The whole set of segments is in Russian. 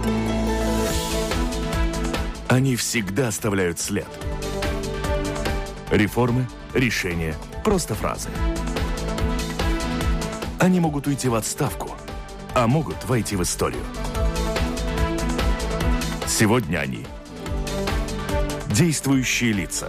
Они всегда оставляют след. Реформы, решения, просто фразы. Они могут уйти в отставку, а могут войти в историю. Сегодня они – действующие лица.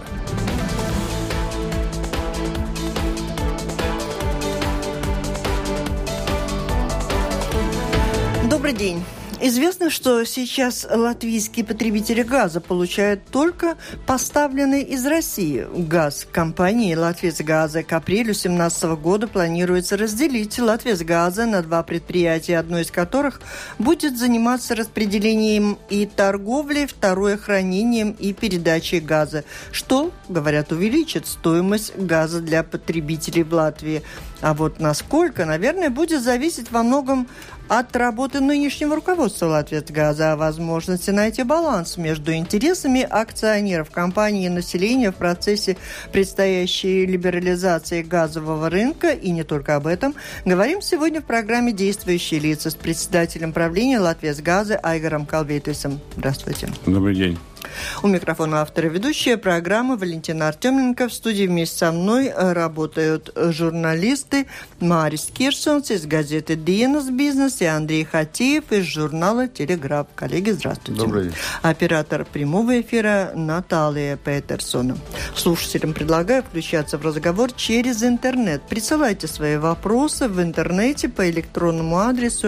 Добрый день. Известно, что сейчас латвийские потребители газа получают только поставленный из России газ. Компании «Латвийсгаза» к апрелю 2017 года планируется разделить «Латвийсгаза» на два предприятия, одно из которых будет заниматься распределением и торговлей, второе – хранением и передачей газа, что, говорят, увеличит стоимость газа для потребителей в Латвии. А вот насколько, наверное, будет зависеть во многом от работы нынешнего руководства «Латвийсгаза», о возможности найти баланс между интересами акционеров компании и населения в процессе предстоящей либерализации газового рынка. И не только об этом. Говорим сегодня в программе «Действующие лица» с председателем правления «Латвийсгаза» Айгаром Калвейтисом. Здравствуйте. Добрый день. У микрофона автор и ведущая программы Валентина Артеменко. В студии вместе со мной работают журналисты Марис Кирсонс из газеты «Dienas Бизнес» и Андрей Хатиев из журнала «Телеграф». Коллеги, здравствуйте. Добрый день. Оператор прямого эфира Наталья Петерсона. Слушателям предлагаю включаться в разговор через интернет. Присылайте свои вопросы в интернете по электронному адресу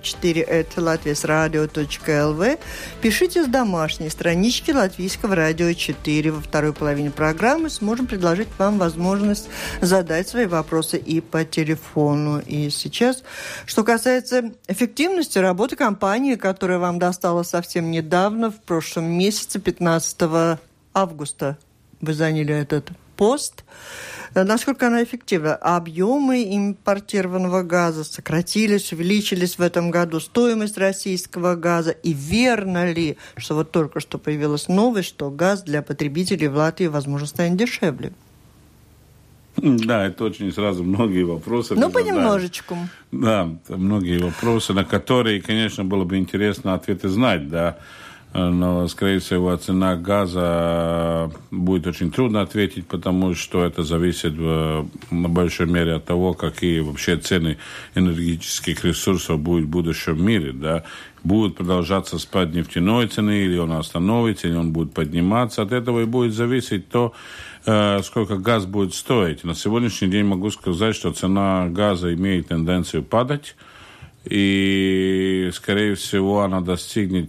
lr4@latviasradio.lv. Пишите с домашней странички Латвийского радио 4. Во второй половине программы сможем предложить вам возможность задать свои вопросы и по телефону. И сейчас, что касается эффективности работы компании, которая вам досталась совсем недавно, в прошлом месяце, 15 августа, вы заняли этот пост. Насколько она эффективна? Объемы импортированного газа сократились, увеличились в этом году, стоимость российского газа. И верно ли, что вот только что появилась новость, что газ для потребителей в Латвии, возможно, станет дешевле? Да, это очень сразу многие вопросы. Ну, понемножечку. Да, многие вопросы, на которые, конечно, было бы интересно ответы знать, да. Но, скорее всего, цена газа будет очень трудно ответить, потому что это зависит в большой мере от того, какие вообще цены энергетических ресурсов будут в будущем мире. Да? Будет продолжаться спад нефтяной цены, или он остановится, или он будет подниматься. От этого и будет зависеть то, сколько газ будет стоить. На сегодняшний день могу сказать, что цена газа имеет тенденцию падать. И, скорее всего, она достигнет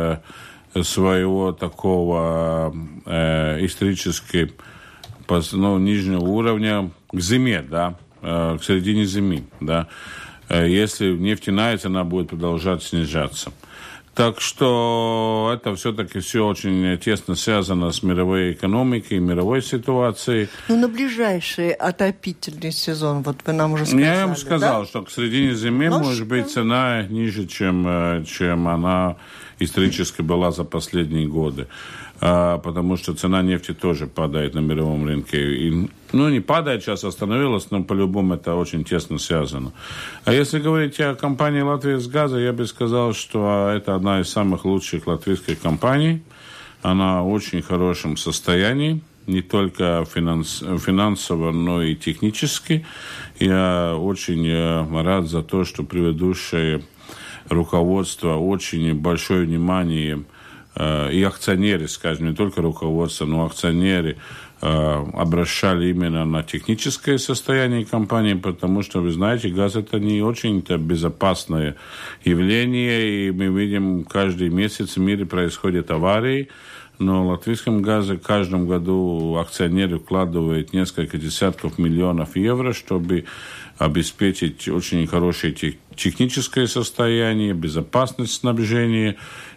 своего такого исторически нижнего уровня к зиме, да, к середине зимы, да, если нефтяная цена будет продолжать снижаться. Так что это все-таки все очень тесно связано с мировой экономикой, мировой ситуацией. Ну, на ближайший отопительный сезон, вот вы нам уже сказали, я вам сказал, да? Что к середине зимы может быть цена ниже, чем она исторически была за последние годы. Потому что цена нефти тоже падает на мировом рынке. И, не падает, сейчас остановилась, но по-любому это очень тесно связано. А если говорить о компании «Латвийсгаза», я бы сказал, что это одна из самых лучших латвийских компаний. Она в очень хорошем состоянии, не только финансово, но и технически. Я очень рад за то, что предыдущее руководство очень большое внимание и акционеры, скажем, не только руководство, но акционеры обращали именно на техническое состояние компании, потому что, вы знаете, газ – это не очень-то безопасное явление, и мы видим, каждый месяц в мире происходят аварии, но в латвийском газе в каждом году акционеры вкладывают несколько десятков миллионов евро, чтобы обеспечить очень хорошее техническое состояние, безопасность снабжения.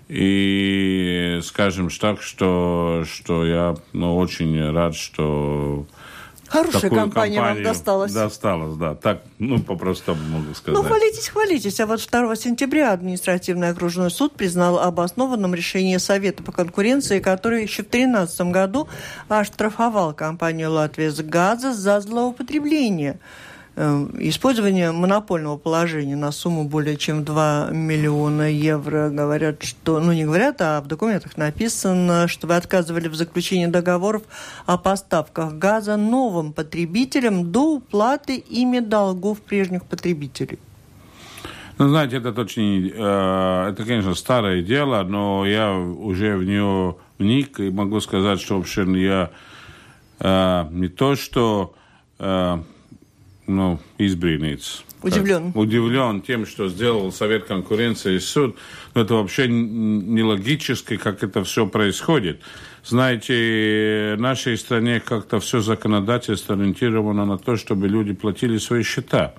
И скажем так, что я очень рад, что хорошая компания вам досталась. Досталась, да. Так, по-простому могу сказать. Хвалитесь. А вот 2 сентября административный окружной суд признал обоснованным решение Совета по конкуренции, который еще в 2013 году оштрафовал компанию «Латвийсгаза» за злоупотребление использование монопольного положения на сумму более чем 2 миллиона евро. Говорят, что, не говорят, а в документах написано, что вы отказывали в заключении договоров о поставках газа новым потребителям до уплаты ими долгов прежних потребителей. Знаете, это, конечно, старое дело, но я уже в нее вник и могу сказать, что вообще я не то, что избранниц. Удивлен тем, что сделал Совет конкуренции и суд. Но это вообще не логически, как это все происходит. Знаете, в нашей стране как-то все законодательство ориентировано на то, чтобы люди платили свои счета.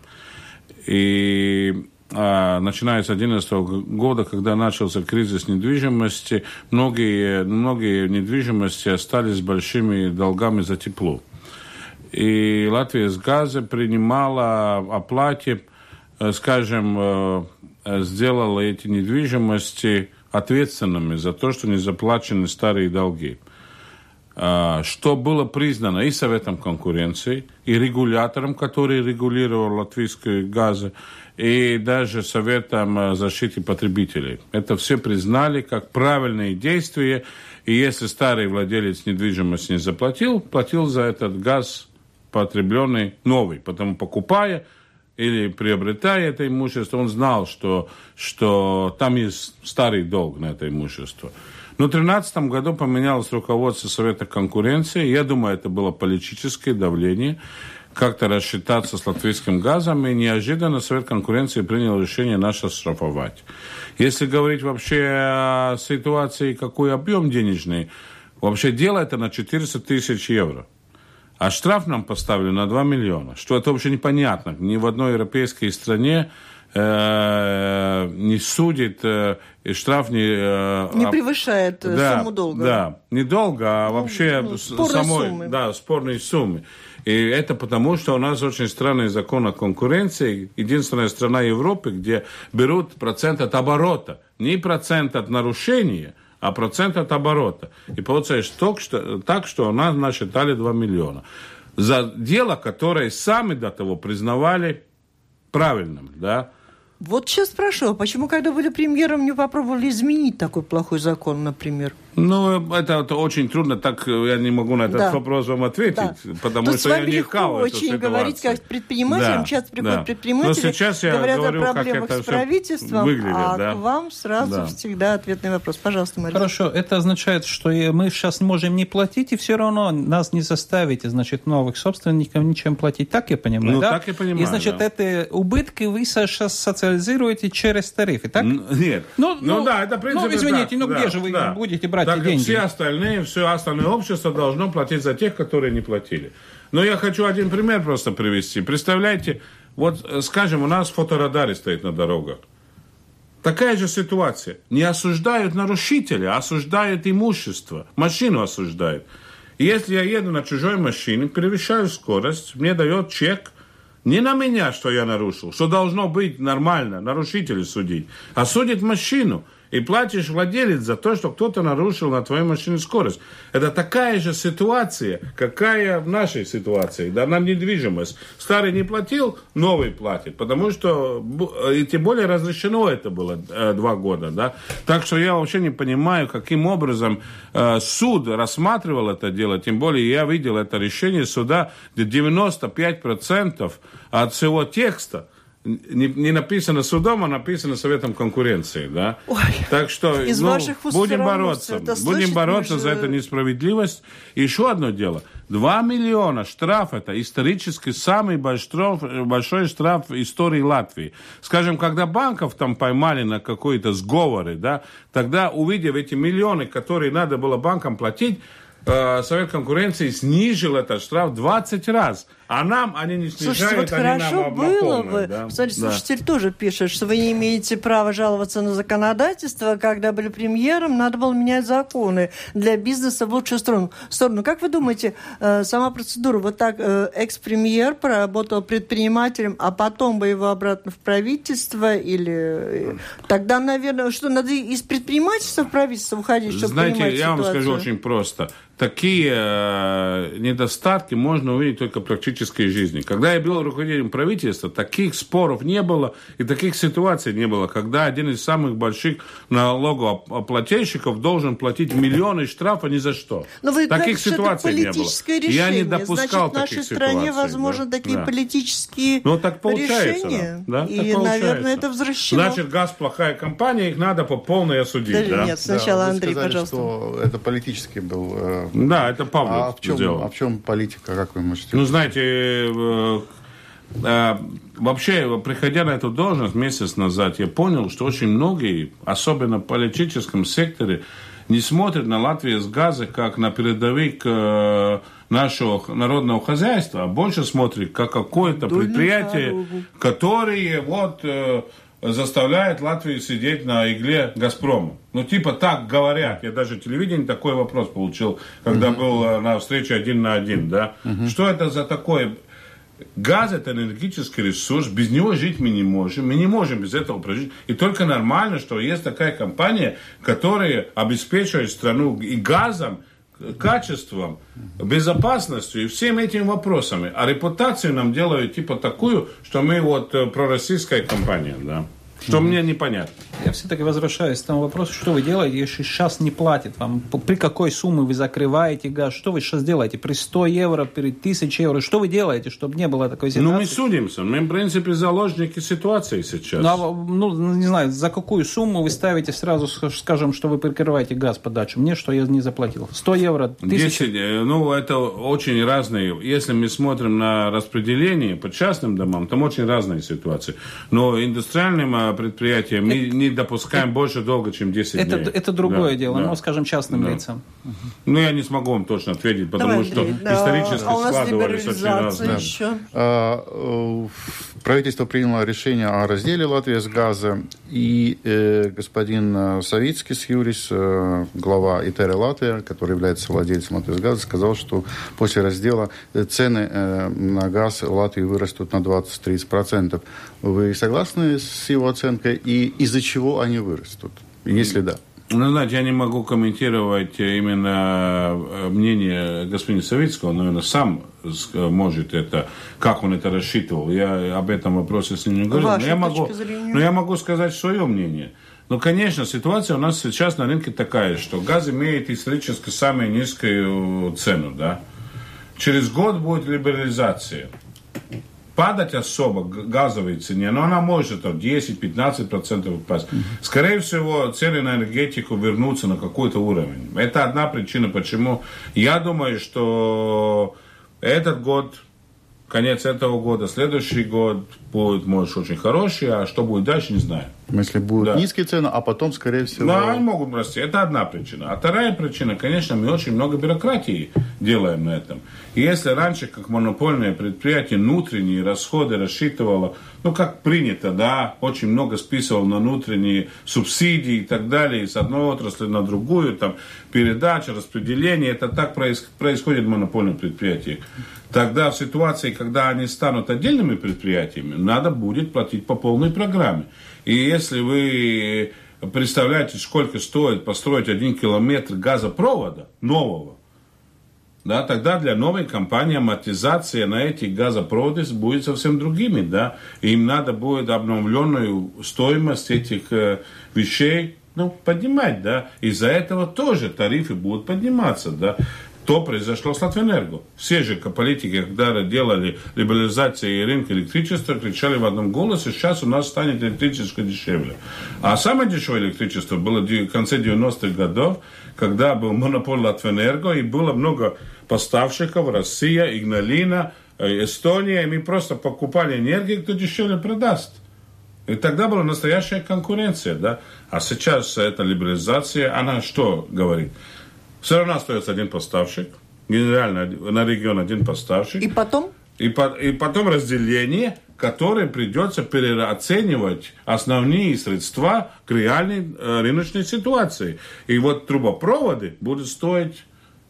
И начиная с 2011 года, когда начался кризис недвижимости, многие недвижимости остались с большими долгами за тепло. И Латвия с газа принимала оплате, скажем, сделала эти недвижимости ответственными за то, что не заплачены старые долги. Что было признано и Советом конкуренции, и регулятором, который регулировал латвийские газы, и даже Советом защиты потребителей. Это все признали как правильные действия, и если старый владелец недвижимости не заплатил, платил за этот газ потребленный новый. Потому покупая или приобретая это имущество, он знал, что там есть старый долг на это имущество. Но в 2013 году поменялось руководство Совета конкуренции. Я думаю, это было политическое давление, как-то рассчитаться с латвийским газом, и неожиданно Совет конкуренции принял решение нас оштрафовать. Если говорить вообще о ситуации, какой объем денежный, вообще дело это на 400 тысяч евро. А штраф нам поставили на 2 миллиона, что это вообще непонятно. Ни в одной европейской стране не судит, и штраф не превышает сумму долга. Да, не долга, а вообще спорные суммы. И это потому, что у нас очень странный закон о конкуренции. Единственная страна Европы, где берут процент от оборота. Не процент от нарушения, а процент от оборота. И получается так, что у нас насчитали 2 миллиона. За дело, которое сами до того признавали правильным, да. Вот сейчас спрашиваю, почему, когда были премьером, не попробовали изменить такой плохой закон, например? Это очень трудно, так я не могу на этот вопрос вам ответить, потому тут что я не искал эту ситуацию. очень говорить как предпринимателям, часто приходят предприниматели, говорят о проблемах с правительством, к вам сразу всегда ответный вопрос. Пожалуйста, Мария. Хорошо, это означает, что мы сейчас можем не платить, и все равно нас не заставите, значит, новых собственников ничем платить. Так я понимаю, да? Так я понимаю, и, значит, это убытки вы сейчас социализируете через тарифы, так? Нет. Это принцип. Извините, где же вы будете брать эти деньги? Все остальное общество должно платить за тех, которые не платили. Но я хочу один пример просто привести. Представляете, вот, скажем, у нас фоторадары стоят на дорогах. Такая же ситуация. Не осуждают нарушителя, осуждают имущество. Машину осуждают. И если я еду на чужой машине, превышаю скорость, мне дает чек, не на меня, что я нарушил, что должно быть нормально, нарушителя судить, а судит машину. И платишь владелец за то, что кто-то нарушил на твоей машине скорость. Это такая же ситуация, какая в нашей ситуации, да, на недвижимость. Старый не платил, новый платит, потому что, и тем более разрешено это было 2 года, да. Так что я вообще не понимаю, каким образом суд рассматривал это дело, тем более я видел это решение суда, где 95% от всего текста не написано судом, а написано Советом конкуренции, да? Так что будем бороться за эту несправедливость. И еще одно дело. 2 миллиона штраф – это исторически самый большой штраф в истории Латвии. Скажем, когда банков там поймали на какие-то сговоры, да, тогда, увидев эти миллионы, которые надо было банкам платить, Совет конкуренции снизил этот штраф 20 раз. А нам они не снижают. Слушайте, вот хорошо было бы. Да? Слушатель тоже пишет, что вы не имеете права жаловаться на законодательство. Когда были премьером, надо было менять законы для бизнеса в лучшую сторону. Как вы думаете, сама процедура, вот так экс-премьер проработал предпринимателем, а потом бы его обратно в правительство? Или тогда, наверное, что надо из предпринимательства в правительство уходить, чтобы понимать ситуацию? Знаете, я вам скажу очень просто. Такие недостатки можно увидеть только практически политической жизни. Когда я был руководителем правительства, таких споров не было и таких ситуаций не было, когда один из самых больших налогоплательщиков должен платить миллионы штрафа ни за что. Но вы таких говорите, ситуаций не было. Решение. Я не допускал Значит, таких в нашей стране возможны такие политические решения. Да, и, наверное, это возвращено. Значит, ГАЗ плохая компания, их надо по полной осудить. Да? Нет, сначала Андрей, сказали, пожалуйста. Что это политический был... Да, это Павлов сделал. А в чем политика, как вы можете... Ну, знаете, вообще, приходя на эту должность месяц назад, я понял, что очень многие, особенно в политическом секторе, не смотрят на Латвию с газа как на передовик нашего народного хозяйства, а больше смотрят как какое-то предприятие, которое заставляет Латвию сидеть на игле «Газпрома». Ну, типа так говорят. Я даже в телевидении такой вопрос получил, когда был на встрече 1 на 1, да. Что это за такое? Газ – это энергетический ресурс, без него жить мы не можем без этого прожить. И только нормально, что есть такая компания, которая обеспечивает страну и газом, качеством, безопасностью и всеми этими вопросами. А репутацию нам делают типа такую, что мы пророссийская компания, да. Что мне непонятно. Я все-таки возвращаюсь к тому вопросу, что вы делаете, если сейчас не платит вам, при какой сумме вы закрываете газ, что вы сейчас делаете, при 100 евро, при 1000 евро, что вы делаете, чтобы не было такой ситуации? Ну, мы судимся, мы, в принципе, заложники ситуации сейчас. Не знаю, за какую сумму вы ставите сразу, скажем, что вы прикрываете газ подачу, мне, что я не заплатил, 100 евро, 1000? 10, это очень разные, если мы смотрим на распределение по частным домам, там очень разные ситуации, но индустриальным предприятиям мы не допускаем больше долго, чем 10 дней. Это другое дело, но, скажем, частным лицам. Ну, я не смогу вам точно ответить, потому что исторически складывались очень разные. Правительство приняло решение о разделе Латвии с газа, и господин Савицкис Юрис, глава ИТЕР Латвия, который является владельцем Латвии с газа, сказал, что после раздела цены на газ в Латвии вырастут на 20-30%. Вы согласны с его оценкой? И из-за чего они вырастут, если да? Ну, знаете, я не могу комментировать именно мнение господина Савицкого, он, наверное, сам может это, как он это рассчитывал. Я об этом вопросе с ним не говорил. Но я могу сказать свое мнение. Ну, конечно, ситуация у нас сейчас на рынке такая, что газ имеет исторически самую низкую цену, да. Через год будет либерализация. Падать особо газовой цене, но она может 10-15% упасть. Скорее всего, цены на энергетику вернутся на какой-то уровень. Это одна причина, почему я думаю, что этот год, конец этого года, следующий год будет, может, очень хороший, а что будет дальше, не знаю. Если будут низкие цены, а потом, скорее всего... Да, они могут расти. Это одна причина. А вторая причина, конечно, мы очень много бюрократии делаем на этом. И если раньше, как монопольное предприятие, внутренние расходы рассчитывало, как принято, да, очень много списывал на внутренние субсидии и так далее, с одной отрасли на другую, там, передача, распределение, это так происходит в монопольном предприятии. Тогда в ситуации, когда они станут отдельными предприятиями, надо будет платить по полной программе. И если вы представляете, сколько стоит построить 1 километр газопровода нового, да, тогда для новой компании амортизация на эти газопроводы будет совсем другими, да, и им надо будет обновленную стоимость этих вещей, поднимать, да, из-за этого тоже тарифы будут подниматься, да. То произошло с Латвэнерго. Все же политики, когда делали либерализацию рынка электричества, кричали в одном голосе, сейчас у нас станет электричество дешевле. А самое дешевое электричество было в конце 90-х годов, когда был монополь Латвэнерго, и было много поставщиков, Россия, Игналина, Эстония, и мы просто покупали энергию, кто дешевле продаст. И тогда была настоящая конкуренция, да. А сейчас эта либерализация, она что говорит? Все равно остается один поставщик, генерально на регион один поставщик. И потом? И потом разделение, которое придется переоценивать основные средства к реальной рыночной ситуации. И трубопроводы будут стоить,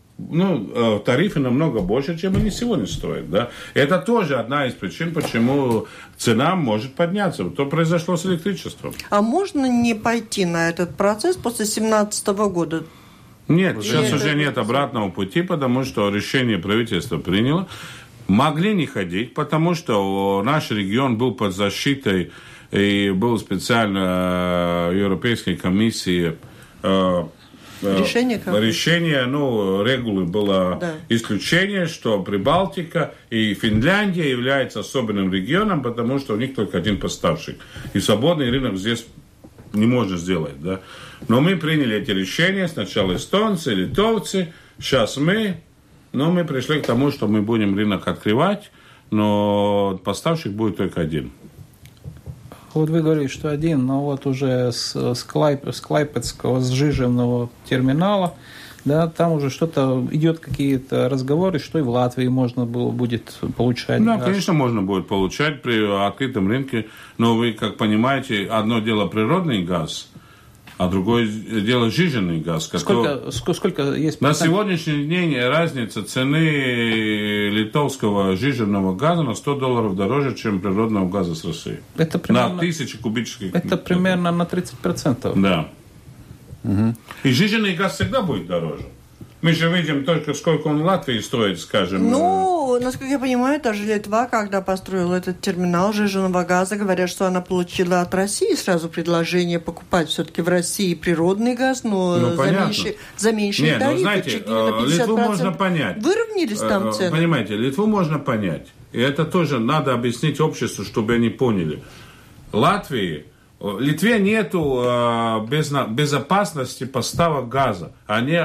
тарифы намного больше, чем они сегодня стоят. Да? Это тоже одна из причин, почему цена может подняться. То произошло с электричеством. А можно не пойти на этот процесс после 2017 года? Нет, сейчас уже нет обратного пути, потому что решение правительство приняло. Могли не ходить, потому что наш регион был под защитой, и был специально Европейской комиссии решение, регулы было исключение, что Прибалтика и Финляндия являются особенным регионом, потому что у них только один поставщик. И свободный рынок здесь не можно сделать, да. Но мы приняли эти решения, сначала эстонцы, литовцы, сейчас мы пришли к тому, что мы будем рынок открывать, но поставщик будет только один. Вот вы говорите, что один, но вот уже с Клайпедского, с Жижевного терминала, да, там уже что-то, идет какие-то разговоры, что и в Латвии можно было будет получать. Да, газ. Конечно, можно будет получать при открытом рынке, но вы, как понимаете, одно дело природный газ, а другое дело сжиженный газ. Сколько есть? На сегодняшний день разница цены литовского сжиженного газа на $100 дороже, чем природного газа с России. Это примерно, на 1000 кубических метров. Это примерно на 30%. Да. Угу. И сжиженный газ всегда будет дороже. Мы же видим только, сколько он в Латвии стоит, скажем. Насколько я понимаю, даже Литва, когда построила этот терминал сжиженного газа, говорят, что она получила от России сразу предложение покупать все-таки в России природный газ, но за меньшие тарифы. Знаете, чуть ли не на 50%. Литву можно понять. Выровнялись там цены? Понимаете, Литву можно понять. И это тоже надо объяснить обществу, чтобы они поняли. Литве нету безопасности поставок газа.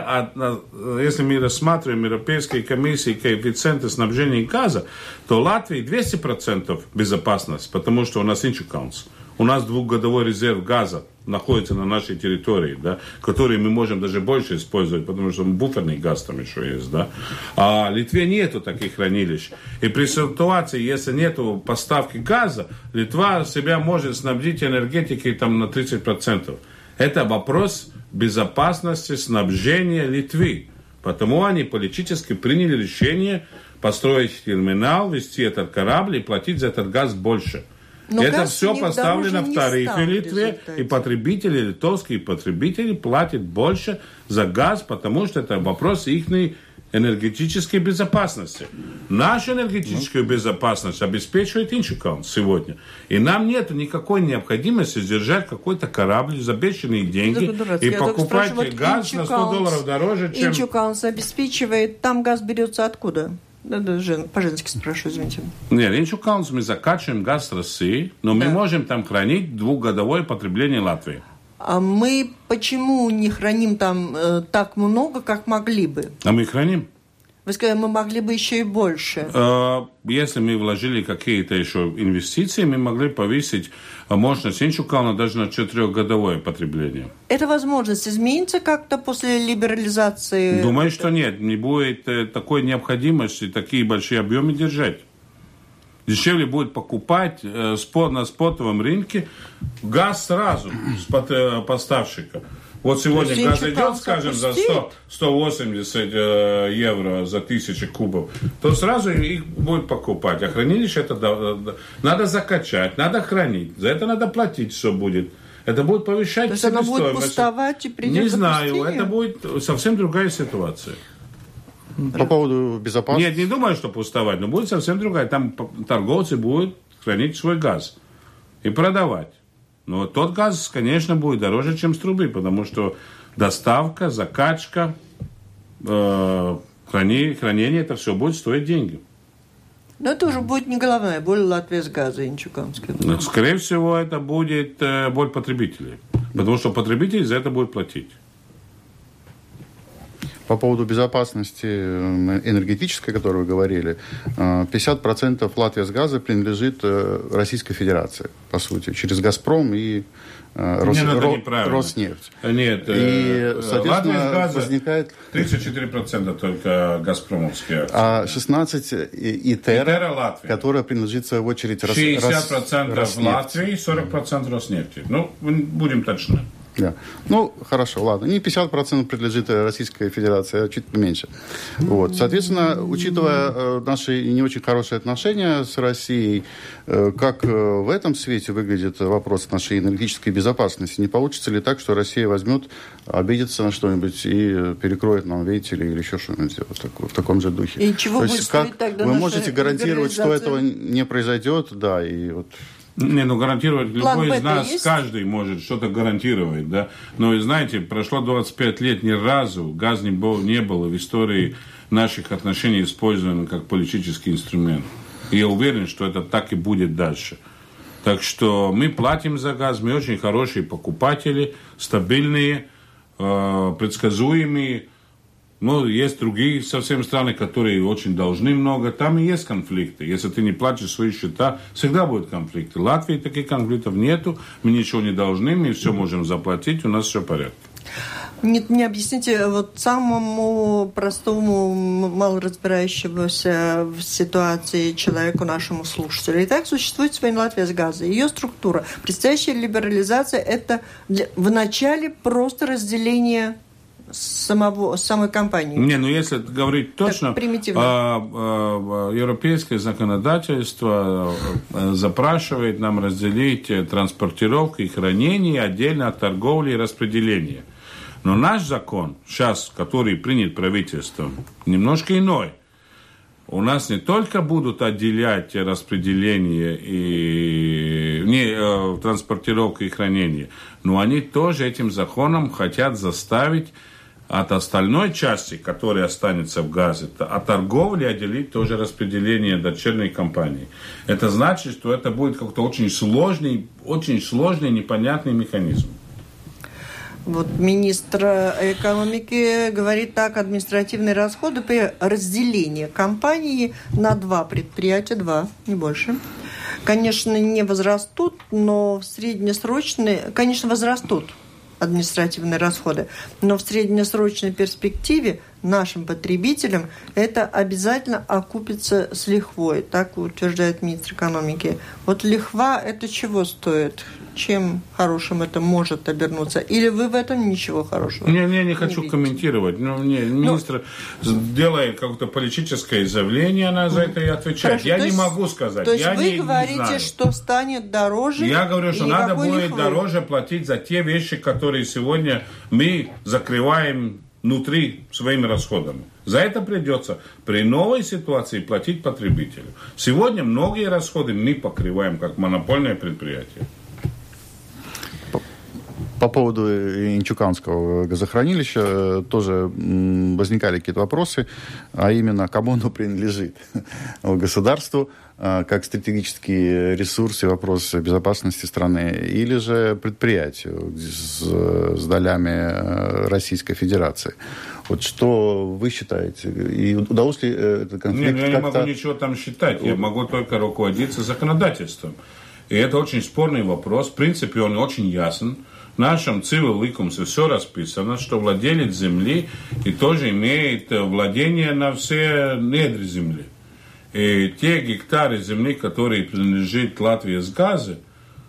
Если мы рассматриваем Европейской комиссии коэффициенты снабжения газа, то Латвии 200% безопасность, потому что у нас инчукаунс. У нас 2-годовой резерв газа находится на нашей территории, да, который мы можем даже больше использовать, потому что буферный газ там еще есть. Да. А в Литве нету таких хранилищ. И при ситуации, если нету поставки газа, Литва себя может снабдить энергетикой там, на 30%. Это вопрос безопасности снабжения Литвы. Потому они политически приняли решение построить терминал, вести этот корабль и платить за этот газ больше. Но это все поставлено в тарифе Литве, и потребители, литовские потребители платят больше за газ, потому что это вопрос их энергетической безопасности. Нашу энергетическую безопасность обеспечивает инчукаунс сегодня. И нам нет никакой необходимости держать какой-то корабль за бешеные деньги и покупать газ на $100 дороже, чем... Инчукаунс обеспечивает, там газ берется откуда? По-женски спрашиваю, извините. Нет, инчукаунс мы закачиваем газ с России, но мы можем там хранить 2-годовое потребление Латвии. А мы почему не храним там так много, как могли бы? А мы храним. Вы сказали, мы могли бы еще и больше. Если мы вложили какие-то еще инвестиции, мы могли повысить мощность инчукауна даже на 4-годовое потребление. Эта возможность изменится как-то после либерализации? Думаю, что нет. Не будет такой необходимости такие большие объемы держать. Дешевле будет покупать на спотовом рынке газ сразу с поставщика. Вот сегодня газ идет, скажем, за 180 евро за 1000 кубов, то сразу их будет покупать. А хранилище это надо закачать, надо хранить. За это надо платить, все будет. Это будет повышать себестоимость. То есть оно будет пустовать и придет Не знаю, это будет совсем другая ситуация. По поводу безопасности? Нет, не думаю, что пустовать, но будет совсем другая. Там торговцы будут хранить свой газ и продавать. Но тот газ, конечно, будет дороже, чем с трубы, потому что доставка, закачка, хранение, это все будет стоить деньги. Но это уже будет не головная боль Латвийсгаза инчукаунская. Скорее всего, это будет боль потребителей, потому что потребители за это будут платить. По поводу безопасности энергетической, о которой вы говорили, 50% Латвийсгаза принадлежит Российской Федерации, по сути, через «Газпром» и Роснефть. Нет, и, соответственно, возникает... 34% только «Газпромовские». А 16% ИТЕР, которая принадлежит, в свою очередь, 60% в Латвии, 40% Роснефти. Ну, будем точны. Да. Ну, хорошо, ладно. Не 50% принадлежит Российской Федерации, а чуть поменьше. Вот. Соответственно, учитывая наши не очень хорошие отношения с Россией, как в этом свете выглядит вопрос нашей энергетической безопасности? Не получится ли так, что Россия возьмет, обидится на что-нибудь и перекроет нам ветер или еще что-нибудь сделать в таком же духе? И чего будет стоить тогда вы можете гарантировать, что этого не произойдет? Да, и вот... Не, ну гарантировать любой из нас, есть? Каждый может что-то гарантировать, да. Но, и знаете, прошло 25 лет, ни разу газ не было в истории наших отношений использован как политический инструмент. И я уверен, что это так и будет дальше. Так что мы платим за газ, мы очень хорошие покупатели, стабильные, предсказуемые. Но есть другие совсем страны, которые очень должны много. Там и есть конфликты. Если ты не платишь свои счета, всегда будут конфликты. В Латвии таких конфликтов нету. Мы ничего не должны, мы все можем заплатить, у нас все в порядке. Не объясните вот самому простому, мало разбирающемуся в ситуации человеку, нашему слушателю. Итак, существует сегодня Латвия с газом. Ее структура, предстоящая либерализация, это вначале просто разделение самой компании. Не, ну если говорить точно, европейское законодательство запрашивает нам разделить транспортировку и хранение отдельно от торговли и распределения. Но наш закон, сейчас, который принят правительством, немножко иной. У нас не только будут отделять распределение и транспортировку и хранение, но они тоже этим законом хотят заставить от остальной части, которая останется в газе, от торговли отделить тоже распределение дочерней компании. Это значит, что это будет как-то очень сложный, непонятный механизм. Вот министр экономики говорит так: административные расходы при разделении компании на 2 предприятия, 2, не больше, конечно, не возрастут, но в среднесрочной, конечно, возрастут административные расходы, но в среднесрочной перспективе нашим потребителям это обязательно окупится с лихвой, так утверждает министр экономики. Вот лихва это чего стоит? Чем хорошим это может обернуться? Или вы в этом ничего хорошего не хочу видите? Комментировать. Министр делает какое-то политическое заявление, она за это и отвечает. Хорошо, не могу сказать. То есть вы говорите, что станет дороже? Я говорю, что надо будет лихвы? Дороже платить за те вещи, которые сегодня мы закрываем внутри своими расходами. За это придется при новой ситуации платить потребителю. Сегодня многие расходы мы покрываем как монопольное предприятие. По поводу Инчуканского газохранилища тоже возникали какие-то вопросы, а именно, кому оно принадлежит? Государству, как стратегический ресурс и вопрос безопасности страны, или же предприятию с долями Российской Федерации? Вот что вы считаете? И удалось ли этот конфликт я не могу ничего там считать, я могу только руководиться законодательством. И это очень спорный вопрос. В принципе, он очень ясен. В нашем цивил ликумсе все расписано, что владелец земли и тоже имеет владение на все недри земли. И те гектары земли, которые принадлежат Латвии с газа,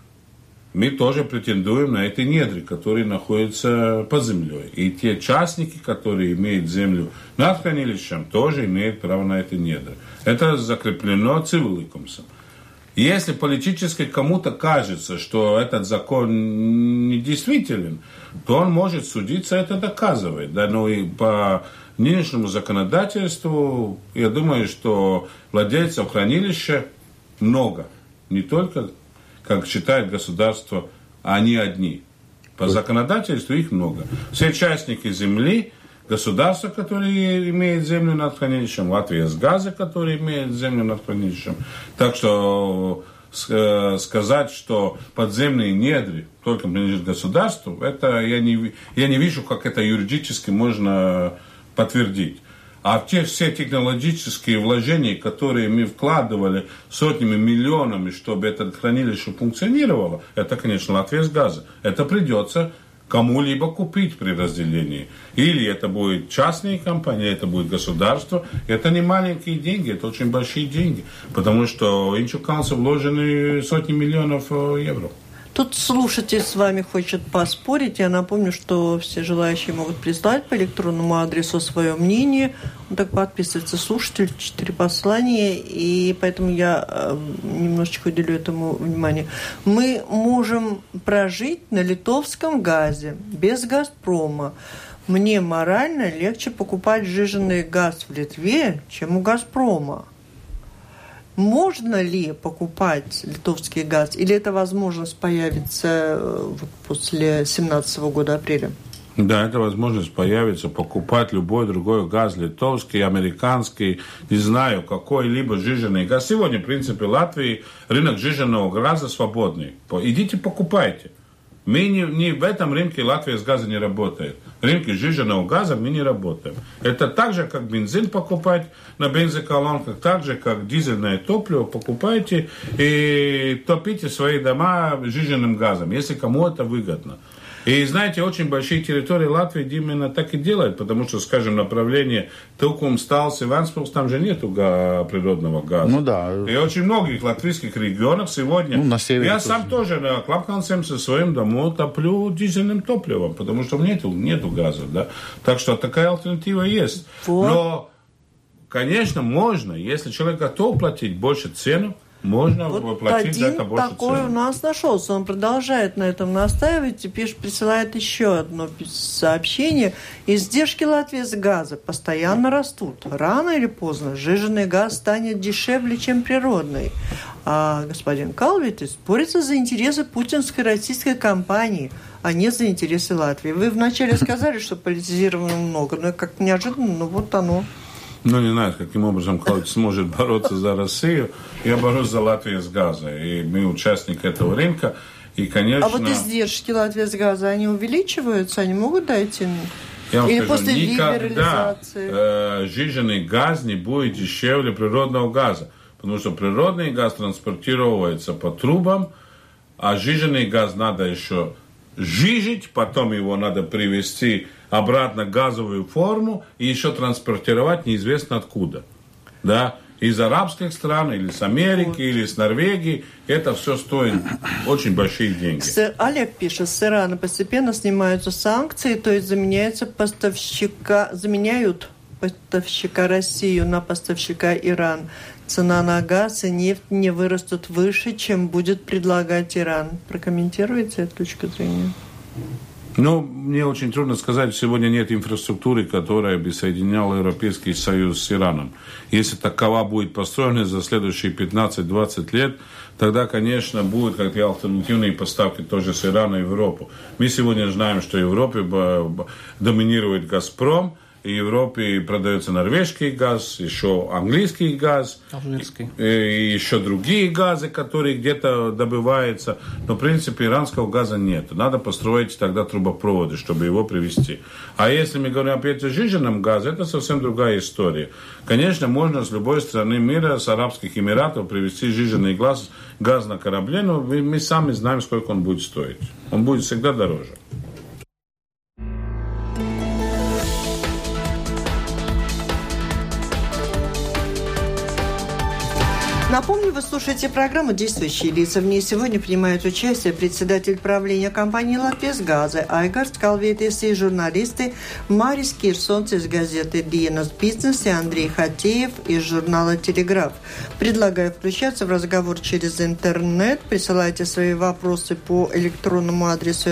мы тоже претендуем на эти недри, которые находятся под землей. И те частники, которые имеют землю над хранилищем, тоже имеют право на эти недри. Это закреплено цивил ликумсом. Если политически кому-то кажется, что этот закон недействителен, то он может судиться, это доказывает. Да? Но и по нынешнему законодательству, я думаю, что владельцев хранилища много. Не только, как считает государство, они одни. По законодательству их много. Все частники земли, государство, которое имеет землю над хранилищем, Латвия с газа, который имеет землю над хранилищем. Так что сказать, что подземные недри только принадлежат государству, это я не вижу, как это юридически можно подтвердить. А все технологические вложения, которые мы вкладывали сотнями миллионами, чтобы это хранилище функционировало, это, конечно, Латвия с газа. Это придется кому-либо купить при разделении. Или это будет частные компании, это будет государство. Это не маленькие деньги, это очень большие деньги. Потому что в Инчуканце вложены сотни миллионов евро. Тут слушатель с вами хочет поспорить. Я напомню, что все желающие могут прислать по электронному адресу свое мнение. Он так подписывается слушатель, 4 послания, и поэтому я немножечко уделю этому внимание. Мы можем прожить на литовском газе без «Газпрома». Мне морально легче покупать сжиженный газ в Литве, чем у «Газпрома». Можно ли покупать литовский газ? Или эта возможность появится после 17 года апреля? Да, эта возможность появится покупать любой другой газ, литовский, американский, не знаю, какой-либо сжиженный газ. Сегодня, в принципе, в Латвии рынок сжиженного газа свободный. Идите покупайте. Мы не в этом рынке Латвия с газа не работает. В рынке сжиженного газа мы не работаем. Это так же, как бензин покупать на бензоколонках, так же, как дизельное топливо покупайте и топите свои дома сжиженным газом, если кому это выгодно. И, знаете, очень большие территории Латвии именно так и делают, потому что, скажем, направление Тукум, Сталс, Иванспилс, там же нету природного газа. Ну да. И очень многих латвийских регионах сегодня... на севере я сам тоже на Клапканцем со своим домом топлю дизельным топливом, потому что нету газа, да. Так что такая альтернатива есть. Вот. Но, конечно, можно, если человек готов платить больше цену, можно платить за это больше такой цены. У нас нашелся. Он продолжает на этом настаивать. Теперь присылает еще одно сообщение. Издержки Латвии с газа постоянно растут. Рано или поздно сжиженный газ станет дешевле, чем природный. А господин Калвитис борется за интересы путинской российской компании, а не за интересы Латвии. Вы вначале сказали, что политизировано много, но как неожиданно, вот оно. Ну, не знаю, каким образом Калвитис сможет бороться за Россию. Я борюсь за Латвию с газа. И мы участник этого рынка. И, конечно... А вот издержки Латвии с газа, они увеличиваются? Они могут дойти? Я вам Или скажу, после никогда либерализации? Сжиженный газ не будет дешевле природного газа. Потому что природный газ транспортируется по трубам, а сжиженный газ надо еще сжижить, потом его надо привести обратно в газовую форму и еще транспортировать неизвестно откуда. Да? Из арабских стран, или с Америки, или с Норвегии. Это все стоит очень большие деньги. Олег пишет, с Ирана постепенно снимаются санкции, то есть заменяют поставщика Россию на поставщика Иран. Цена на газ и нефть не вырастут выше, чем будет предлагать Иран. Прокомментируете эту точку зрения? Ну, мне очень трудно сказать, сегодня нет инфраструктуры, которая бы соединяла Европейский Союз с Ираном. Если такова будет построена за следующие 15-20 лет, тогда, конечно, будут как-то альтернативные поставки тоже с Ирана в Европу. Мы сегодня знаем, что в Европе доминирует «Газпром», в Европе продается норвежский газ, еще английский газ, алжирский, и еще другие газы, которые где-то добываются. Но, в принципе, иранского газа нет. Надо построить тогда трубопроводы, чтобы его привезти. А если мы говорим опять о сжиженном газе, это совсем другая история. Конечно, можно с любой страны мира, с Арабских Эмиратов, привезти сжиженный газ на корабле, но мы сами знаем, сколько он будет стоить. Он будет всегда дороже. Напомню, вы слушаете программу «Действующие лица». В ней сегодня принимают участие председатель правления компании «Латвийсгаз» Айгарс Калвитис и журналисты Марис Кирсонс из газеты «Dienas Бизнес» и Андрей Хатеев из журнала «Телеграф». Предлагаю включаться в разговор через интернет. Присылайте свои вопросы по электронному адресу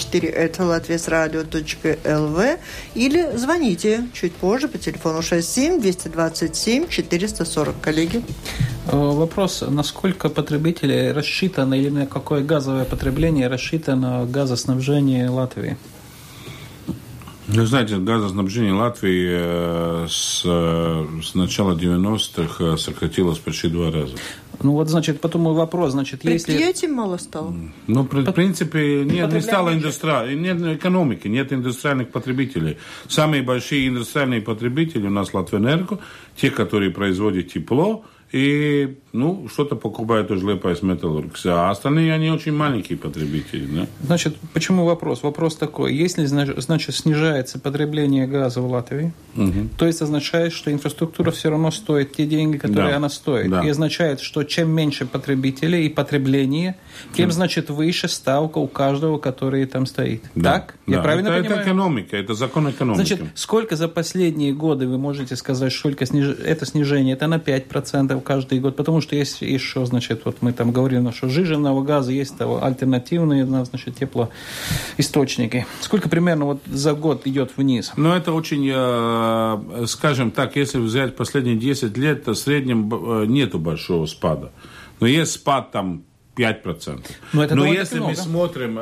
lr4@latviasradio.lv или звоните чуть позже по телефону 67-227-440. Коллеги. Вопрос, насколько потребители рассчитаны или на какое газовое потребление рассчитано газоснабжение Латвии? Вы знаете, газоснабжение Латвии с начала 90-х сократилось почти 2 раза. Ну вот, значит, потом мой вопрос, значит, если... Предприятий мало стало? Ну, в принципе, не стало индустрии, нет экономики, нет индустриальных потребителей. Самые большие индустриальные потребители у нас Латвэнерго, те, которые производят тепло, и, что-то покупает тоже Liepājas Metallurgs. А остальные, они очень маленькие потребители, да? Значит, почему вопрос? Вопрос такой. Если, значит, снижается потребление газа в Латвии, то есть означает, что инфраструктура все равно стоит те деньги, которые она стоит. И означает, что чем меньше потребителей и потребление, тем, значит, выше ставка у каждого, который там стоит. Так? Я правильно понимаю? Это экономика, это закон экономики. Значит, сколько за последние годы вы можете сказать, сколько это снижение? Это на 5% каждый год, потому что есть еще, значит, вот мы там говорили, что сжиженного газа есть альтернативные, значит, теплоисточники. Сколько примерно вот за год идет вниз? Это очень, скажем так, если взять последние 10 лет, то в среднем нету большого спада. Но есть спад там 5%. Но если мы смотрим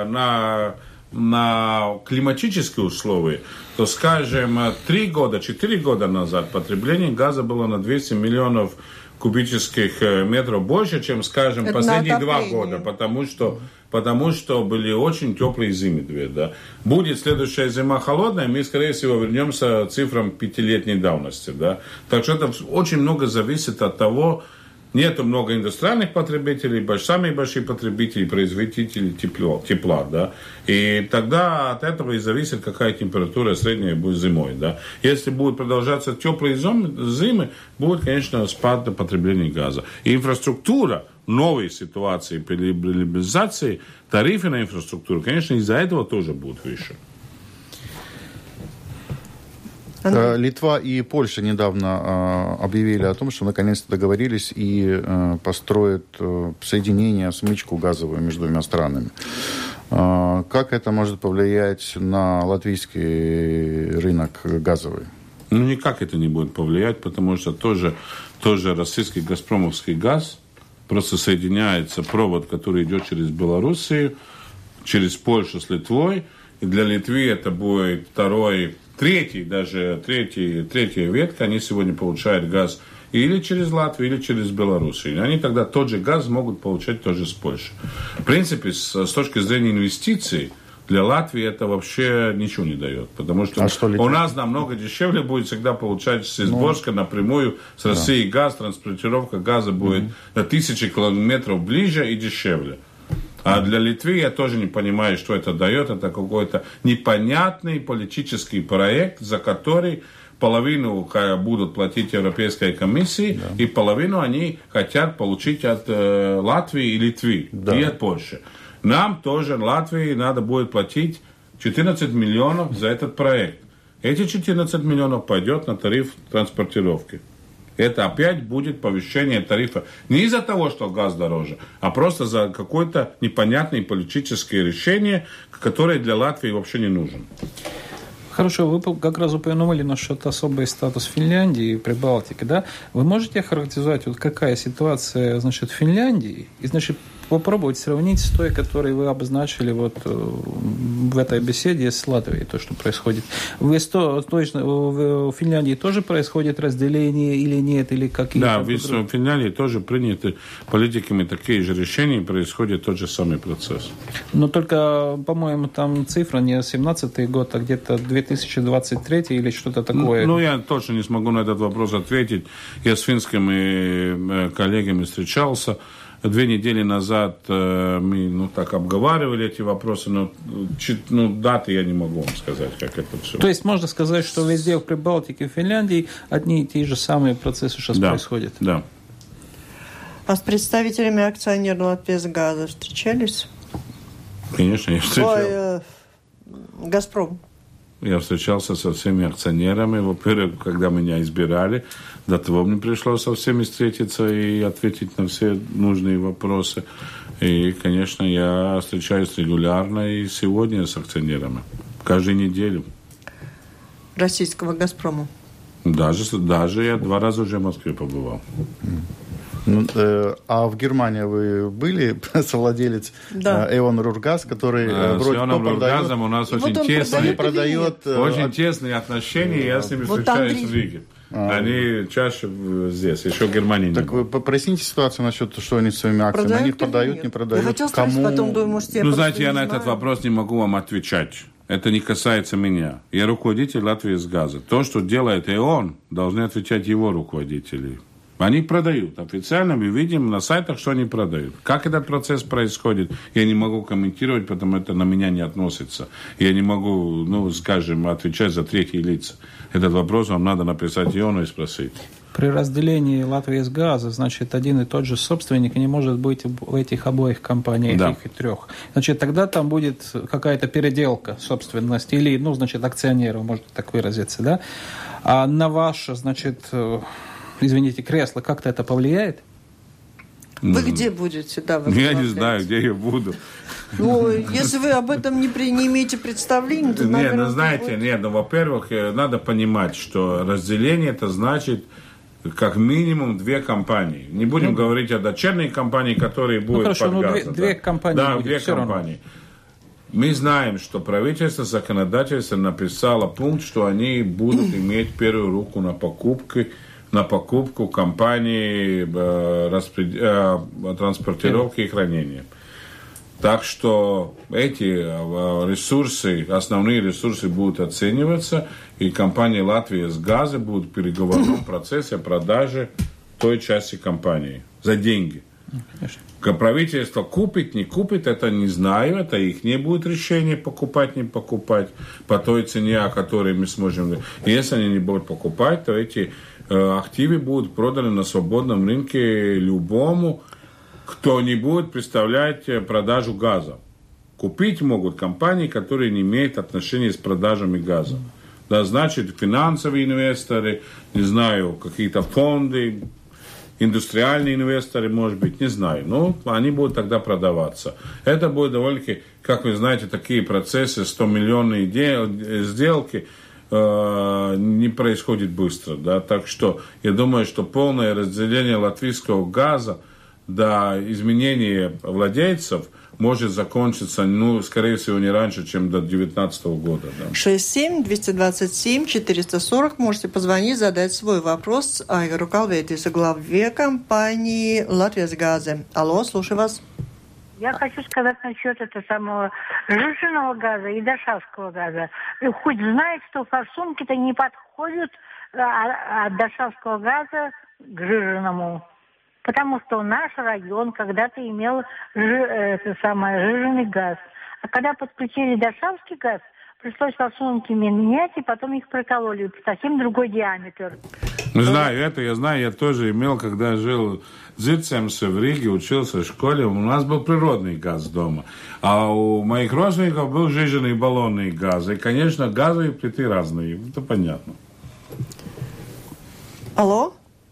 на климатические условия, то, скажем, 4 года назад потребление газа было на 200 миллионов кубических метров больше, чем, скажем, последние 2 года, потому что были очень теплые зимы. Да. Будет следующая зима холодная, мы, скорее всего, вернемся к цифрам 5-летней давности. Да. Так что это очень много зависит от того, нету много индустриальных потребителей, самые большие потребители, производители тепла, да. И тогда от этого и зависит, какая температура средняя будет зимой, да. Если будут продолжаться теплые зимы, будет, конечно, спад потребления газа. И инфраструктура новой ситуации при либерализации, тарифы на инфраструктуру, конечно, из-за этого тоже будут выше. Литва и Польша недавно объявили о том, что наконец-то договорились и построят соединение, смычку газовую между двумя странами. Как это может повлиять на латвийский рынок газовый? Никак это не будет повлиять, потому что тоже российский газпромовский газ просто соединяется провод, который идет через Белоруссию, через Польшу с Литвой. И для Литвы это будет третья ветка, они сегодня получают газ или через Латвию, или через Белоруссию. И они тогда тот же газ могут получать тоже с Польши. В принципе, с точки зрения инвестиций, для Латвии это вообще ничего не дает. Потому что у нас намного дешевле будет всегда получать с Изборска напрямую с России газ, транспортировка газа будет на 1000 километров ближе и дешевле. А для Литвы я тоже не понимаю, что это дает. Это какой-то непонятный политический проект, за который половину будут платить Европейской комиссии, и половину они хотят получить от Латвии и Литвы, и от Польши. Нам тоже, Латвии, надо будет платить 14 миллионов за этот проект. Эти 14 миллионов пойдет на тариф транспортировки. Это опять будет повышение тарифа. Не из-за того, что газ дороже, а просто за какое-то непонятное политическое решение, которое для Латвии вообще не нужен. Хорошо, вы как раз упомянули насчет особый статус Финляндии и Прибалтики, да? Вы можете охарактеризовать, вот какая ситуация, значит, в Финляндии, и, значит, попробовать сравнить с той, которую вы обозначили вот в этой беседе с Латвией, то, что происходит. Точно, в Финляндии тоже происходит разделение или нет, или какие-то... Да, в Финляндии тоже приняты политиками такие же решения, происходит тот же самый процесс. Но только, по-моему, там цифра не 17-й год, а где-то 2023 или что-то такое. Я точно не смогу на этот вопрос ответить. Я с финскими коллегами встречался. 2 недели назад мы так обговаривали эти вопросы, но даты я не могу вам сказать, как это все. То есть можно сказать, что везде в Прибалтике, в Финляндии одни и те же самые процессы сейчас происходят? Да. А с представителями акционеров Латвийсгаза встречались? Конечно, я встречался. «Газпром». Я встречался со всеми акционерами. Во-первых, когда меня избирали, до того мне пришлось со всеми встретиться и ответить на все нужные вопросы. И, конечно, я встречаюсь регулярно и сегодня с акционерами. Каждую неделю. Российского «Газпрома». Даже я 2 раза уже в Москве побывал. А в Германии вы были совладелец Эон Рургаз, который вроде с Эоном Рургазом у нас очень тесные отношения, я с ними встречаюсь в Риге. Они чаще здесь, еще в Германии не было. Так вы проясните ситуацию насчет, что они своими акциями, они их продают, не продают, я хотел спросить, потом думаю, может, я знаете, я на этот вопрос не могу вам отвечать. Это не касается меня. Я руководитель Латвийсгаза. То, что делает Эон, должны отвечать его руководители. Они продают. Официально мы видим на сайтах, что они продают. Как этот процесс происходит, я не могу комментировать, потому что это на меня не относится. Я не могу, скажем, отвечать за третьи лица. Этот вопрос вам надо написать Иону и спросить. При разделении Латвийсгаза, значит, один и тот же собственник не может быть в этих обоих компаниях, да. их и трех. Значит, тогда там будет какая-то переделка собственности, или, акционеров, можно так выразиться, да? А на ваше, кресло как-то это повлияет? Вы где будете? Да, я не знаю, где я буду. Если вы об этом не имеете представления, то, наверное... во-первых, надо понимать, что разделение это значит как минимум 2 компании. Не будем говорить о дочерней компании, которые будут под газом. Две компании. Да, 2 компании. Мы знаем, что правительство, законодательство написало пункт, что они будут иметь первую руку на покупку компании транспортировки и хранения. Так что эти ресурсы, основные ресурсы будут оцениваться, и компания «Латвийсгаз» будет в переговорном процессе продажи той части компании за деньги. Конечно. Правительство купит, не купит, это не знаю, это их не будет решение покупать, не покупать по той цене, о которой мы сможем. Если они не будут покупать, то эти активы будут проданы на свободном рынке любому, кто не будет представлять продажу газа. Купить могут компании, которые не имеют отношения с продажами газа. Да, значит, финансовые инвесторы, не знаю, какие-то фонды, индустриальные инвесторы, может быть, не знаю. Но они будут тогда продаваться. Это будет довольно-таки, как вы знаете, такие процессы, 100-миллионные сделки не происходит быстро. Да? Так что я думаю, что полное разделение латвийского газа до изменения владельцев может закончиться, скорее всего, не раньше, чем до 2019 года. Да. 67-227-440. Можете позвонить, задать свой вопрос Айгару Калvētis, главе компании «Латвийсгаз». Алло, слушаю вас. Я хочу сказать насчет этого самого жиженного газа и дашавского газа. И хоть знает, что форсунки-то не подходят от дашавского газа к жиженому. Потому что наш район когда-то имел жиженый газ. А когда подключили дашавский газ, пришлось форсунки менять, и потом их прокололи. Совсем другой диаметр. Знаю это, я тоже имел, когда жил в Зирцемсе в Риге, учился в школе, у нас был природный газ дома. А у моих родственников был жиженый баллонный газ. И, конечно, газовые плиты разные, это понятно. Алло?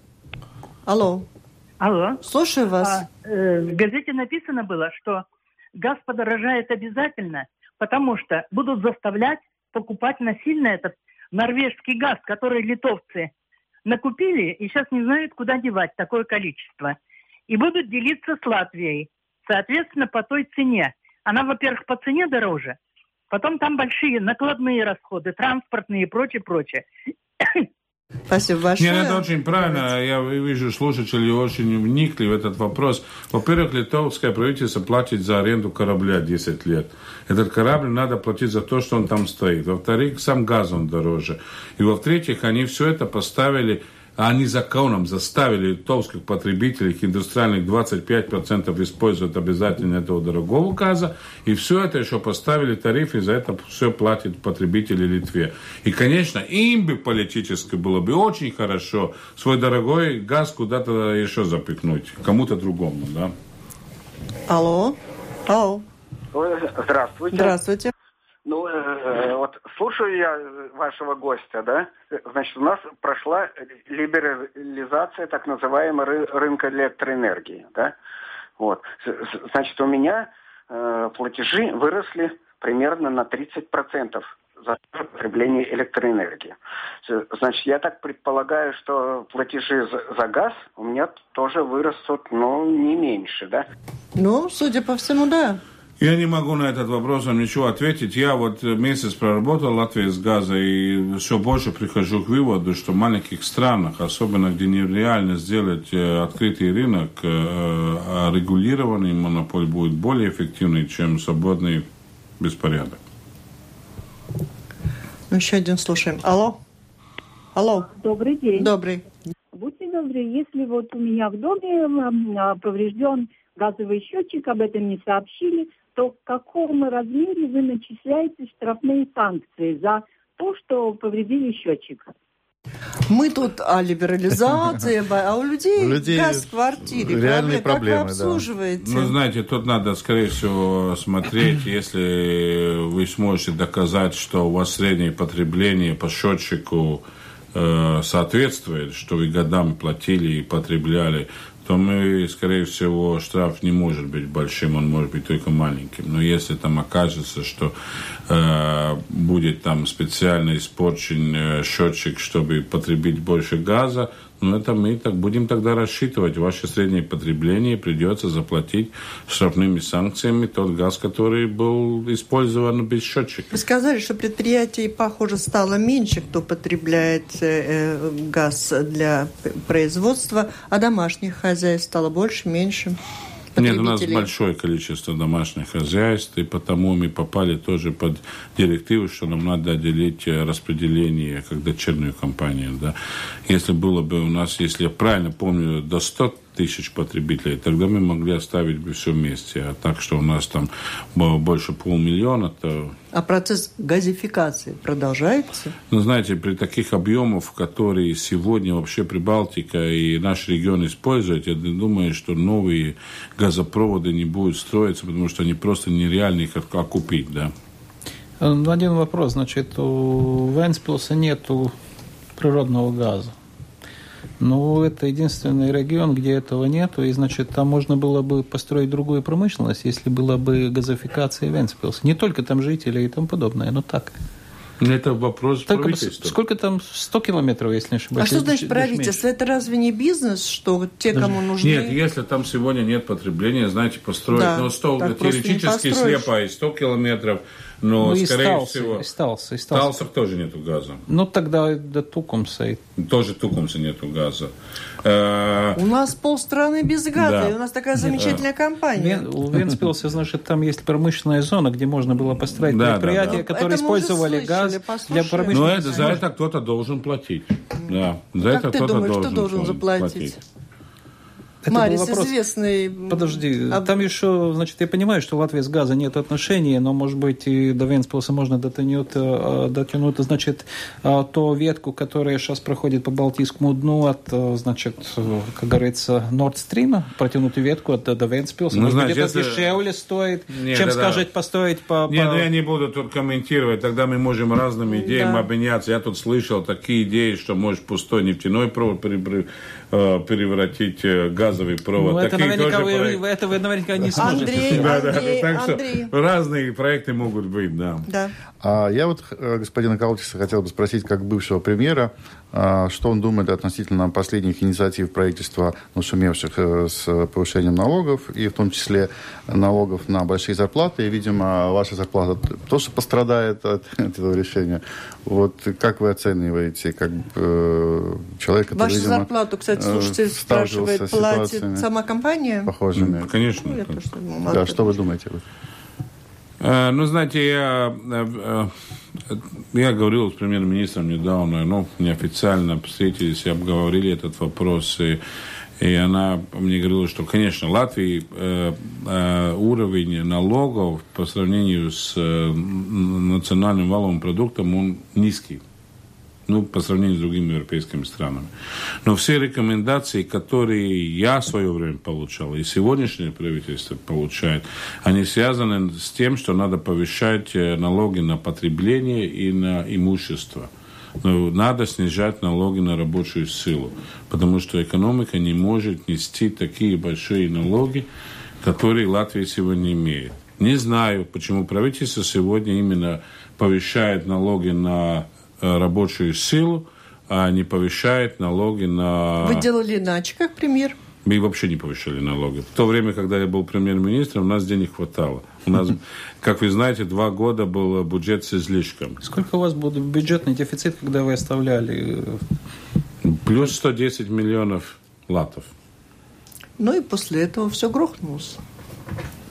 Алло. Слушаю вас. В газете написано было, что газ подорожает обязательно, потому что будут заставлять покупать насильно этот норвежский газ, который литовцы накупили и сейчас не знают, куда девать такое количество. И будут делиться с Латвией, соответственно, по той цене. Она, во-первых, по цене дороже, потом там большие накладные расходы, транспортные и прочее. Спасибо большое. Нет, это очень правильно. Я вижу, слушатели очень вникли в этот вопрос. Во-первых, литовское правительство платит за аренду корабля 10 лет. Этот корабль надо платить за то, что он там стоит. Во-вторых, сам газ он дороже. И во-третьих, они все это поставили, они законом заставили литовских потребителей, индустриальных 25% использовать обязательно этого дорогого газа. И все это еще поставили тарифы, и за это все платят потребители Литве. И, конечно, им бы политически было бы очень хорошо свой дорогой газ куда-то еще запихнуть, кому-то другому, да. Алло. Здравствуйте. Вот слушаю я вашего гостя, да? Значит, у нас прошла либерализация так называемого рынка электроэнергии, да? Вот. Значит, у меня платежи выросли примерно на 30% за потребление электроэнергии. Значит, я так предполагаю, что платежи за газ у меня тоже вырастут, не меньше, да? Судя по всему, да. Я не могу на этот вопрос вам ничего ответить. Я месяц проработал в Латвийсгазе и все больше прихожу к выводу, что в маленьких странах, особенно где нереально сделать открытый рынок, регулированный монополь будет более эффективный, чем свободный беспорядок. Еще один слушаем. Алло. Добрый день. Добрый. Будьте добрый. Если вот у меня в доме поврежден газовый счетчик, об этом не сообщили, то в каком размере вы начисляете штрафные санкции за то, что повредили счетчик? Мы тут о либерализации, а у людей газ в квартире. Реальные проблемы, как вы обслуживаете? Да. Ну, знаете, тут надо, скорее всего, смотреть, если вы сможете доказать, что у вас среднее потребление по счетчику соответствует, что вы годами платили и потребляли, то мы, скорее всего, штраф не может быть большим, он может быть только маленьким. Но если там окажется, что будет там специально испорчен счетчик, чтобы потребить больше газа, ну это мы так будем тогда рассчитывать. Ваше среднее потребление придется заплатить штрафными санкциями тот газ, который был использован без счетчика. Вы сказали, что предприятий, похоже, стало меньше, кто потребляет газ для производства, а домашних хозяйств стало больше, меньше. Нет, у нас большое количество домашних хозяйств, и потому мы попали тоже под директиву, что нам надо отделить распределение как дочернюю компанию. Да. Если было бы у нас, если я правильно помню, до 100 тысяч потребителей, тогда мы могли оставить бы все вместе. А так, что у нас там больше 500 000, то... А процесс газификации продолжается? Ну, знаете, при таких объемах, которые сегодня вообще Прибалтика и наш регион используют, я думаю, что новые газопроводы не будут строиться, потому что они просто нереальны их окупить, да. Один вопрос. Значит, у Вентспилса нету природного газа. Ну, это единственный регион, где этого нету, и, значит, там можно было бы построить другую промышленность, если была бы газификация Вентспилса. Не только там жители и тому подобное, но так. Это вопрос правительства. Сколько там? 100 километров, если не ошибаюсь. А что значит правительство? Это разве не бизнес, что те, кому нужны... Нет, если там сегодня нет потребления, знаете, построить... Да, ну, 100 теоретически слепо и 100 километров, но, ну, скорее всего... Сталса тоже нету газа. Ну, тогда до Тукумса. Тоже Тукумса нету газа. У нас полстраны без газа, да. И у нас такая замечательная компания. У Вентспилса, значит, там есть промышленная зона, где можно было построить предприятия, которые использовали газ для промышленности. Но за это кто-то должен платить. Да. За как это ты кто-то думаешь, кто должен заплатить? Марис, известный... Подожди, там еще, значит, я понимаю, что Латвия с газа нет отношений, но, может быть, и до Вентспилса можно дотянуть, значит, ту ветку, которая сейчас проходит по Балтийскому дну от, значит, как говорится, Нордстрима, протянуть ветку до Вентспилса. Ну, может быть, это дешевле стоит, чем, скажем, построить по... Нет, я не буду тут комментировать, тогда мы можем разными идеями обменяться. Я тут слышал такие идеи, что можешь пустой нефтяной провод превратить газовый провод. Ну, это наверняка вы наверняка не сможете. Андрей. Разные проекты могут быть, да. Я вот господина Калтиса хотел бы спросить, как бывшего премьера, что он думает относительно последних инициатив правительства, шумевших с повышением налогов, и в том числе налогов на большие зарплаты. И, видимо, ваша зарплата тоже пострадает от этого решения. Вот как вы оцениваете, как человек, который, вашу зарплату, кстати, слушатель спрашивает, платит сама компания? Похожими. Конечно. Да, что вы думаете? Ну, знаете, я говорил с премьер-министром недавно, неофициально встретились и обговорили этот вопрос, и она мне говорила, что, конечно, Латвии уровень налогов по сравнению с национальным валовым продуктом, он низкий. По сравнению с другими европейскими странами. Но все рекомендации, которые я в свое время получал, и сегодняшнее правительство получает, они связаны с тем, что надо повышать налоги на потребление и на имущество. Но надо снижать налоги на рабочую силу, потому что экономика не может нести такие большие налоги, которые Латвия сегодня имеет. Не знаю, почему правительство сегодня именно повышает налоги на рабочую силу, а не повышает налоги на... Вы делали иначе, как премьер? Мы вообще не повышали налоги. В то время, когда я был премьер-министром, у нас денег хватало. У нас, как вы знаете, 2 года был бюджет с излишком. Сколько у вас был бюджетный дефицит, когда вы оставляли? Плюс 110 миллионов латов. Ну и после этого все грохнулось.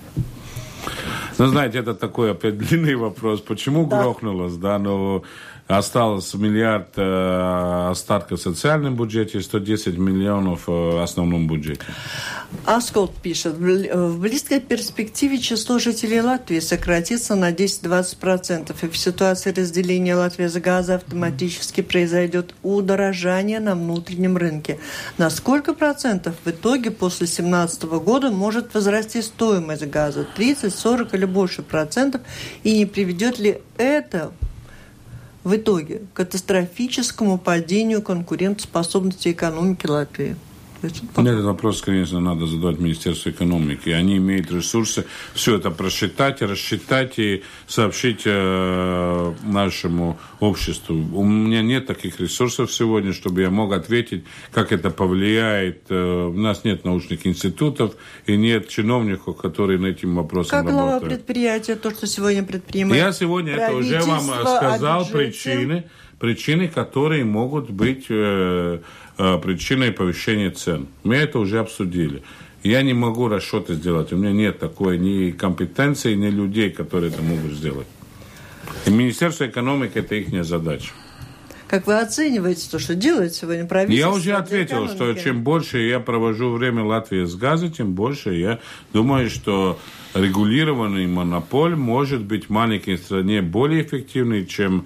Ну, знаете, это такой опять длинный вопрос. Почему грохнулось, да, но... осталось миллиард остатка в социальном бюджете, 110 миллионов в основном бюджете. Аскольд пишет, в близкой перспективе число жителей Латвии сократится на 10-20%, и в ситуации разделения Латвии за газа автоматически произойдет удорожание на внутреннем рынке. На сколько процентов в итоге после 2017 года может возрасти стоимость газа? 30, 40 или больше процентов? И не приведет ли это в итоге к катастрофическому падению конкурентоспособности экономики Латвии? Этот вопрос, конечно, надо задать Министерству экономики. Они имеют ресурсы все это просчитать, рассчитать и сообщить нашему обществу. У меня нет таких ресурсов сегодня, чтобы я мог ответить, как это повлияет. У нас нет научных институтов и нет чиновников, которые над этим вопросом работают. Как глава предприятия, то, что сегодня предпринимает Я сегодня это уже вам сказал, причины, которые могут быть причиной повышения цен. Мы это уже обсудили. Я не могу расчеты сделать. У меня нет такой ни компетенции, ни людей, которые это могут сделать. И Министерство экономики – это их задача. Как вы оцениваете то, что делает сегодня правительство? Я уже ответил, что чем больше я провожу время в Латвии с газом, тем больше я думаю, что регулированный монополь может быть в маленькой стране более эффективный, чем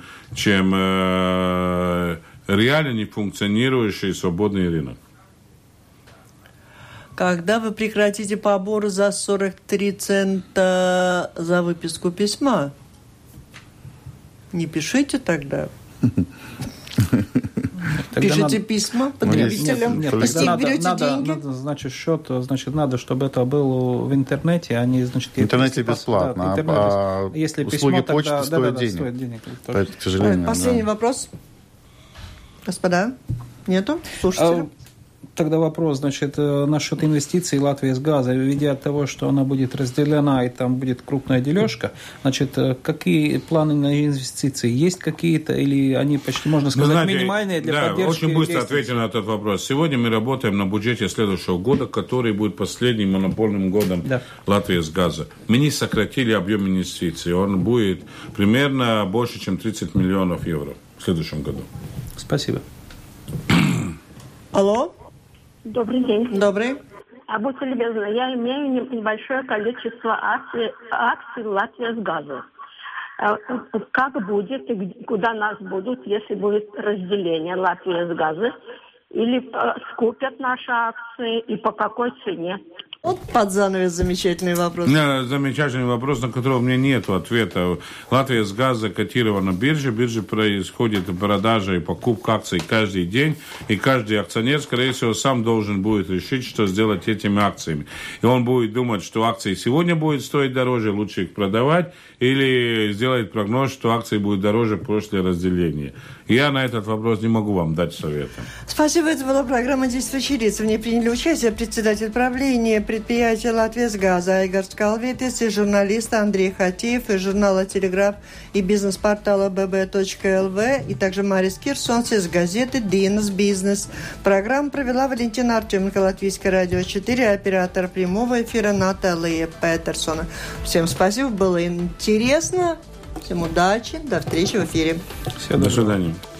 реально не функционирующий свободный рынок. Когда вы прекратите поборы за 43 цента за выписку письма? Не пишите тогда. Пишите письма потребителям. Нет, надо, значит, счет, значит, надо, чтобы это было в интернете, а не, значит... В интернете бесплатно, а если услуги письмо, почты стоят денег. К сожалению, последний вопрос. Господа, нету? Слушатели? Тогда вопрос, значит, насчет инвестиций Латвии с газа. Видя от того, что она будет разделена и там будет крупная дележка, значит, какие планы на инвестиции? Есть какие-то или они почти, можно сказать, минимальные для поддержки? Да, очень быстро ответим на этот вопрос. Сегодня мы работаем на бюджете следующего года, который будет последним монопольным годом Латвии с газа. Мы не сократили объем инвестиций. Он будет примерно больше, чем 30 миллионов евро в следующем году. Спасибо. Алло? Добрый день. Добрый. Будьте любезны, я имею небольшое количество акций Латвии с газом. Как будет и куда нас будут, если будет разделение Латвии с газом? Или скупят наши акции и по какой цене? Вот под занавес замечательный вопрос. Замечательный вопрос, на который у меня нет ответа. Латвия с газа котирована на бирже. Бирже происходит продажа и покупка акций каждый день. И каждый акционер, скорее всего, сам должен будет решить, что сделать этими акциями. И он будет думать, что акции сегодня будут стоить дороже, лучше их продавать. Или сделать прогноз, что акции будут дороже после разделения. Я на этот вопрос не могу вам дать совета. Спасибо. Это была программа «Действующие лица». В ней приняли участие председатель правления предприятия «Латвия с газа» Айгарс Калветис и журналист Андрей Хатиев из журнала «Телеграф» и бизнес-портала bb.lv, и также Марис Кирсонс из газеты «Dienas Бизнес». Программу провела Валентина Артеменко, Латвийское радио 4, оператор прямого эфира Наталья Петерсона. Всем спасибо, было интересно. Всем удачи, до встречи в эфире. До свидания.